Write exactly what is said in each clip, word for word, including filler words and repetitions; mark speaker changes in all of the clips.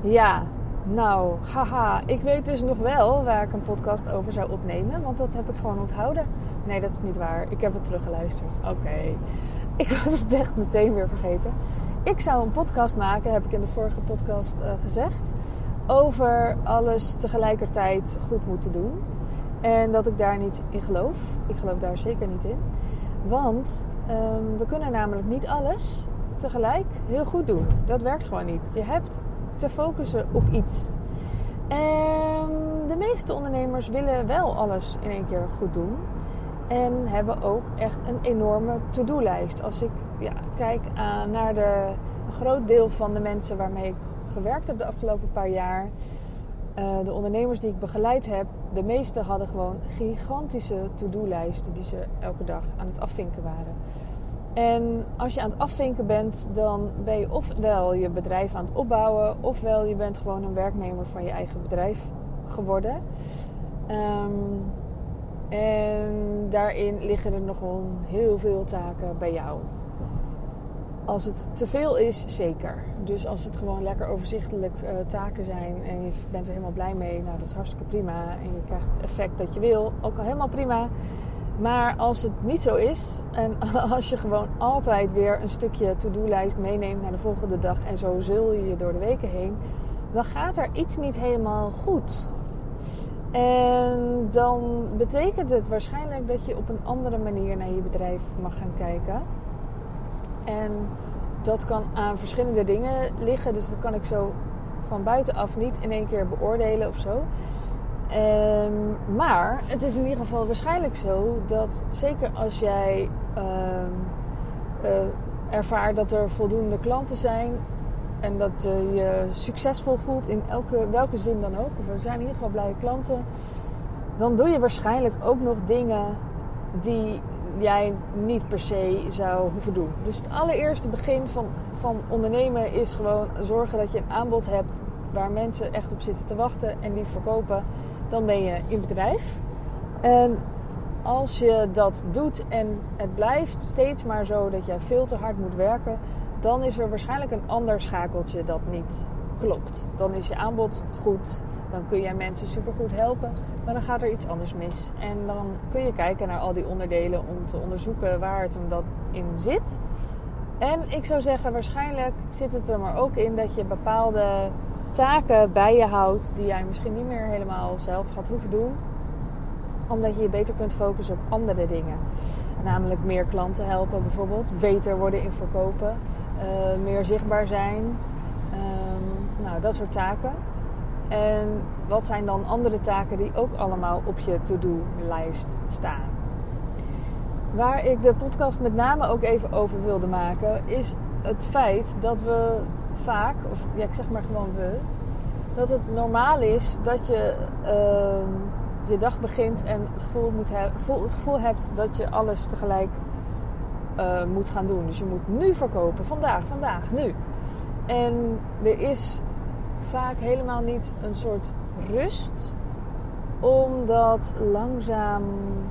Speaker 1: Ja, nou, haha. Ik weet dus nog wel waar ik een podcast over zou opnemen. Want dat heb ik gewoon onthouden. Nee, dat is niet waar. Ik heb het teruggeluisterd. Oké. Okay. Ik was het echt meteen weer vergeten. Ik zou een podcast maken, heb ik in de vorige podcast uh, gezegd. Over alles tegelijkertijd goed moeten doen. En dat ik daar niet in geloof. Ik geloof daar zeker niet in. Want um, we kunnen namelijk niet alles tegelijk heel goed doen. Dat werkt gewoon niet. Je hebt te focussen op iets. En de meeste ondernemers willen wel alles in één keer goed doen. En hebben ook echt een enorme to-do-lijst. Als ik ja, kijk uh, naar de, een groot deel van de mensen waarmee ik gewerkt heb de afgelopen paar jaar. Uh, de ondernemers die ik begeleid heb. De meeste hadden gewoon gigantische to-do-lijsten die ze elke dag aan het afvinken waren. En als je aan het afvinken bent, dan ben je ofwel je bedrijf aan het opbouwen, ofwel je bent gewoon een werknemer van je eigen bedrijf geworden. Um, en daarin liggen er nog gewoon heel veel taken bij jou. Als het te veel is, zeker. Dus als het gewoon lekker overzichtelijk uh, taken zijn en je bent er helemaal blij mee, nou dat is hartstikke prima. En je krijgt het effect dat je wil, ook al helemaal prima. Maar als het niet zo is en als je gewoon altijd weer een stukje to-do-lijst meeneemt naar de volgende dag en zo zul je je door de weken heen, dan gaat er iets niet helemaal goed. En dan betekent het waarschijnlijk dat je op een andere manier naar je bedrijf mag gaan kijken. En dat kan aan verschillende dingen liggen, dus dat kan ik zo van buitenaf niet in één keer beoordelen of zo. Um, maar het is in ieder geval waarschijnlijk zo dat zeker als jij uh, uh, ervaart dat er voldoende klanten zijn en dat uh, je succesvol voelt in elke, welke zin dan ook, of er zijn in ieder geval blije klanten, dan doe je waarschijnlijk ook nog dingen die jij niet per se zou hoeven doen. Dus het allereerste begin van, van ondernemen is gewoon zorgen dat je een aanbod hebt waar mensen echt op zitten te wachten en die verkopen. Dan ben je in bedrijf. En als je dat doet en het blijft steeds maar zo dat jij veel te hard moet werken, dan is er waarschijnlijk een ander schakeltje dat niet klopt. Dan is je aanbod goed, dan kun jij mensen supergoed helpen, maar dan gaat er iets anders mis. En dan kun je kijken naar al die onderdelen om te onderzoeken waar het hem dat in zit. En ik zou zeggen, waarschijnlijk zit het er maar ook in dat je bepaalde taken bij je houdt die jij misschien niet meer helemaal zelf had hoeven doen, omdat je je beter kunt focussen op andere dingen. Namelijk meer klanten helpen bijvoorbeeld, beter worden in verkopen, uh, meer zichtbaar zijn, um, nou dat soort taken. En wat zijn dan andere taken die ook allemaal op je to-do-lijst staan? Waar ik de podcast met name ook even over wilde maken, is het feit dat we vaak, of ja, ik zeg maar gewoon we, dat het normaal is dat je uh, je dag begint en het gevoel, moet he- het gevoel hebt dat je alles tegelijk uh, moet gaan doen. Dus je moet nu verkopen, vandaag, vandaag, nu. En er is vaak helemaal niet een soort rust, omdat langzaam,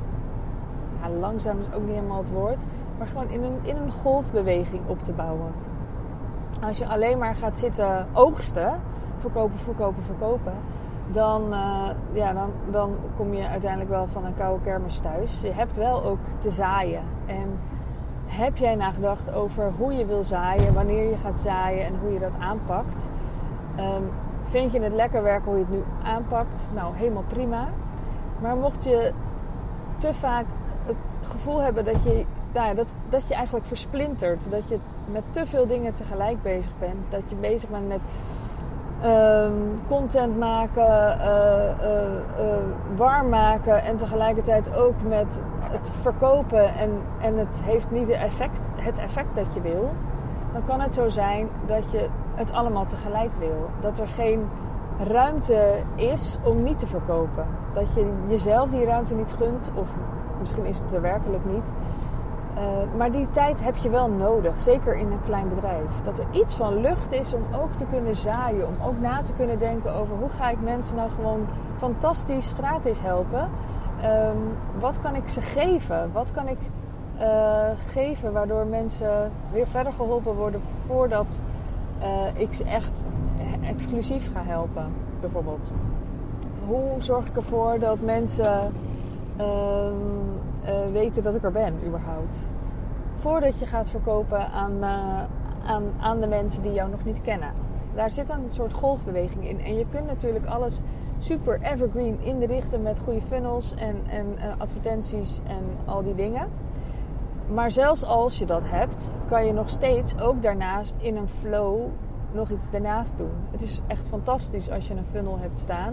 Speaker 1: ja, langzaam is ook niet helemaal het woord, maar gewoon in een, in een golfbeweging op te bouwen. Als je alleen maar gaat zitten oogsten, verkopen, verkopen, verkopen, dan, uh, ja, dan, dan kom je uiteindelijk wel van een koude kermis thuis. Je hebt wel ook te zaaien. En heb jij nagedacht over hoe je wil zaaien, wanneer je gaat zaaien en hoe je dat aanpakt? Um, vind je het lekker werken hoe je het nu aanpakt? Nou, helemaal prima. Maar mocht je te vaak het gevoel hebben dat je, nou ja, dat, dat je eigenlijk versplintert, dat je met te veel dingen tegelijk bezig bent, dat je bezig bent met um, content maken, uh, uh, uh, warm maken en tegelijkertijd ook met het verkopen en, en het heeft niet het effect, het effect dat je wil, dan kan het zo zijn dat je het allemaal tegelijk wil. Dat er geen ruimte is om niet te verkopen. Dat je jezelf die ruimte niet gunt, of misschien is het er werkelijk niet. Uh, maar die tijd heb je wel nodig, zeker in een klein bedrijf. Dat er iets van lucht is om ook te kunnen zaaien, om ook na te kunnen denken over hoe ga ik mensen nou gewoon fantastisch gratis helpen. Um, wat kan ik ze geven? Wat kan ik uh, geven waardoor mensen weer verder geholpen worden voordat uh, ik ze echt exclusief ga helpen, bijvoorbeeld? Hoe zorg ik ervoor dat mensen uh, uh, weten dat ik er ben, überhaupt? Voordat je gaat verkopen aan, uh, aan, aan de mensen die jou nog niet kennen. Daar zit een soort golfbeweging in. En je kunt natuurlijk alles super evergreen inrichten met goede funnels en, en uh, advertenties en al die dingen. Maar zelfs als je dat hebt, kan je nog steeds ook daarnaast in een flow nog iets daarnaast doen. Het is echt fantastisch als je een funnel hebt staan.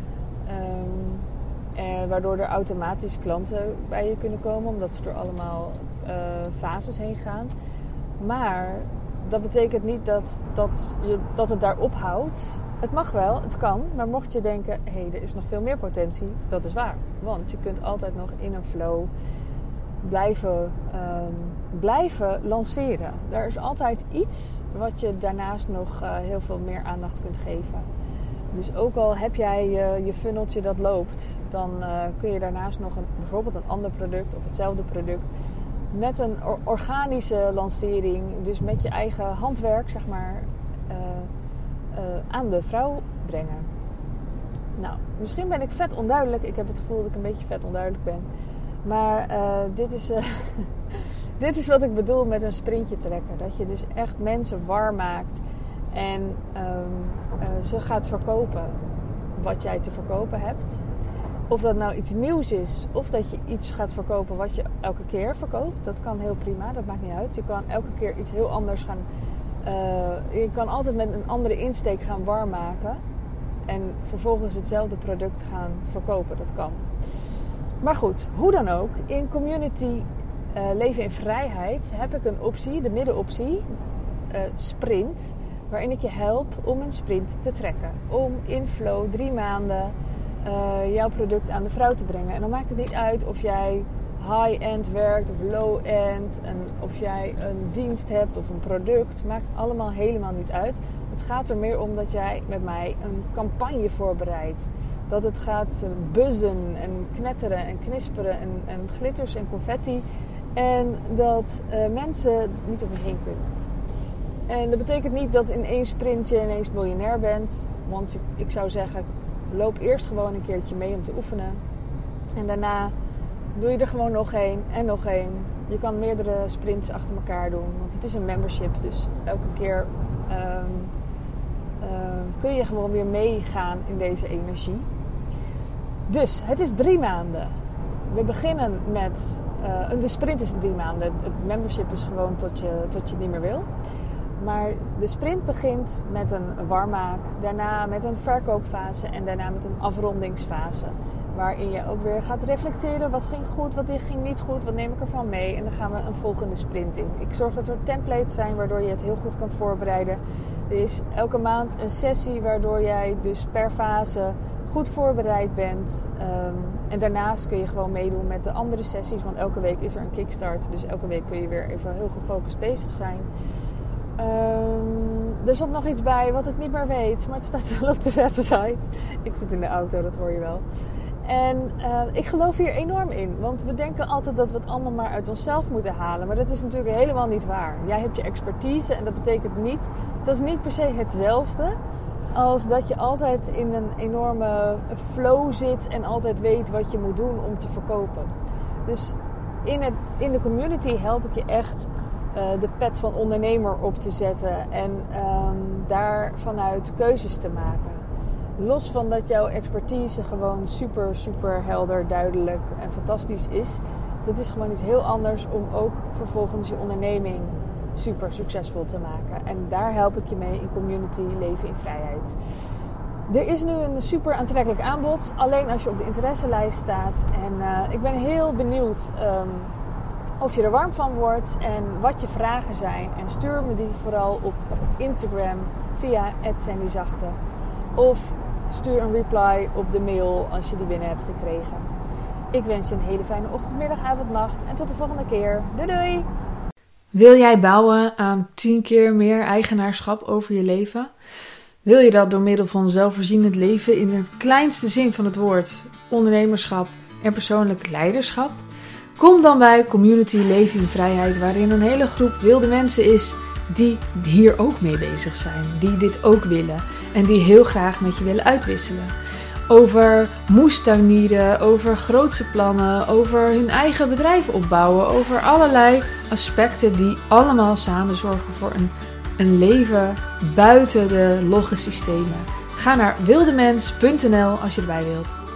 Speaker 1: Um, eh, waardoor er automatisch klanten bij je kunnen komen. Omdat ze door allemaal uh, fases heen gaan. Maar dat betekent niet dat, dat, je, dat het daar ophoudt. Het mag wel, het kan. Maar mocht je denken, hé, hey, er is nog veel meer potentie. Dat is waar. Want je kunt altijd nog in een flow blijven, um, blijven lanceren. Er is altijd iets wat je daarnaast nog uh, heel veel meer aandacht kunt geven. Dus ook al heb jij uh, je funneltje dat loopt, dan uh, kun je daarnaast nog een, bijvoorbeeld een ander product of hetzelfde product met een or- organische lancering, dus met je eigen handwerk, zeg maar, uh, uh, aan de vrouw brengen. Nou, misschien ben ik vet onduidelijk. Ik heb het gevoel dat ik een beetje vet onduidelijk ben. Maar uh, dit, is, uh, dit is wat ik bedoel met een sprintje trekken. Dat je dus echt mensen warm maakt en um, uh, ze gaat verkopen wat jij te verkopen hebt. Of dat nou iets nieuws is, of dat je iets gaat verkopen wat je elke keer verkoopt. Dat kan heel prima, dat maakt niet uit. Je kan elke keer iets heel anders gaan... Uh, je kan altijd met een andere insteek gaan warm maken. En vervolgens hetzelfde product gaan verkopen, dat kan. Maar goed, hoe dan ook, in community uh, leven in vrijheid heb ik een optie, de middenoptie, uh, sprint, waarin ik je help om een sprint te trekken. Om in flow drie maanden uh, jouw product aan de vrouw te brengen. En dan maakt het niet uit of jij high-end werkt of low-end, en of jij een dienst hebt of een product, maakt allemaal helemaal niet uit. Het gaat er meer om dat jij met mij een campagne voorbereidt. Dat het gaat buzzen en knetteren en knisperen en, en glitters en confetti. En dat uh, mensen niet om je heen kunnen. En dat betekent niet dat in één sprintje ineens miljonair bent. Want ik zou zeggen, loop eerst gewoon een keertje mee om te oefenen. En daarna doe je er gewoon nog één en nog één. Je kan meerdere sprints achter elkaar doen. Want het is een membership. Dus elke keer um, uh, kun je gewoon weer meegaan in deze energie. Dus het is drie maanden. We beginnen met... Uh, de sprint is drie maanden. Het membership is gewoon tot je, tot je niet meer wil. Maar de sprint begint met een warmmaak. Daarna met een verkoopfase. En daarna met een afrondingsfase. Waarin je ook weer gaat reflecteren. Wat ging goed, wat ging niet goed. Wat neem ik ervan mee. En dan gaan we een volgende sprint in. Ik zorg dat er templates zijn waardoor je het heel goed kan voorbereiden. Er is elke maand een sessie waardoor jij dus per fase goed voorbereid bent. Um, en daarnaast kun je gewoon meedoen met de andere sessies. Want elke week is er een kickstart. Dus elke week kun je weer even heel gefocust bezig zijn. Um, er zat nog iets bij wat ik niet meer weet. Maar het staat wel op de website. Ik zit in de auto, dat hoor je wel. En uh, ik geloof hier enorm in. Want we denken altijd dat we het allemaal maar uit onszelf moeten halen. Maar dat is natuurlijk helemaal niet waar. Jij hebt je expertise en dat betekent niet... Dat is niet per se hetzelfde als dat je altijd in een enorme flow zit en altijd weet wat je moet doen om te verkopen. Dus in, het, in de community help ik je echt uh, de pet van ondernemer op te zetten en um, daar vanuit keuzes te maken. Los van dat jouw expertise gewoon super, super helder, duidelijk en fantastisch is. Dat is gewoon iets heel anders om ook vervolgens je onderneming super succesvol te maken. En daar help ik je mee in community leven in vrijheid. Er is nu een super aantrekkelijk aanbod. Alleen als je op de interesselijst staat. En uh, ik ben heel benieuwd um, of je er warm van wordt. En wat je vragen zijn. En stuur me die vooral op Instagram via at sandy zachte. Of stuur een reply op de mail als je die binnen hebt gekregen. Ik wens je een hele fijne ochtend, middag, avond, nacht. En tot de volgende keer. Doei doei!
Speaker 2: Wil jij bouwen aan tien keer meer eigenaarschap over je leven? Wil je dat door middel van zelfvoorzienend leven in het kleinste zin van het woord, ondernemerschap en persoonlijk leiderschap? Kom dan bij Community Leven in Vrijheid, waarin een hele groep wilde mensen is die hier ook mee bezig zijn, die dit ook willen. en die heel graag met je willen uitwisselen. Over moestuinieren, over grootse plannen, over hun eigen bedrijf opbouwen, over allerlei aspecten die allemaal samen zorgen voor een, een leven buiten de logge systemen. Ga naar wildemens punt n l als je erbij wilt.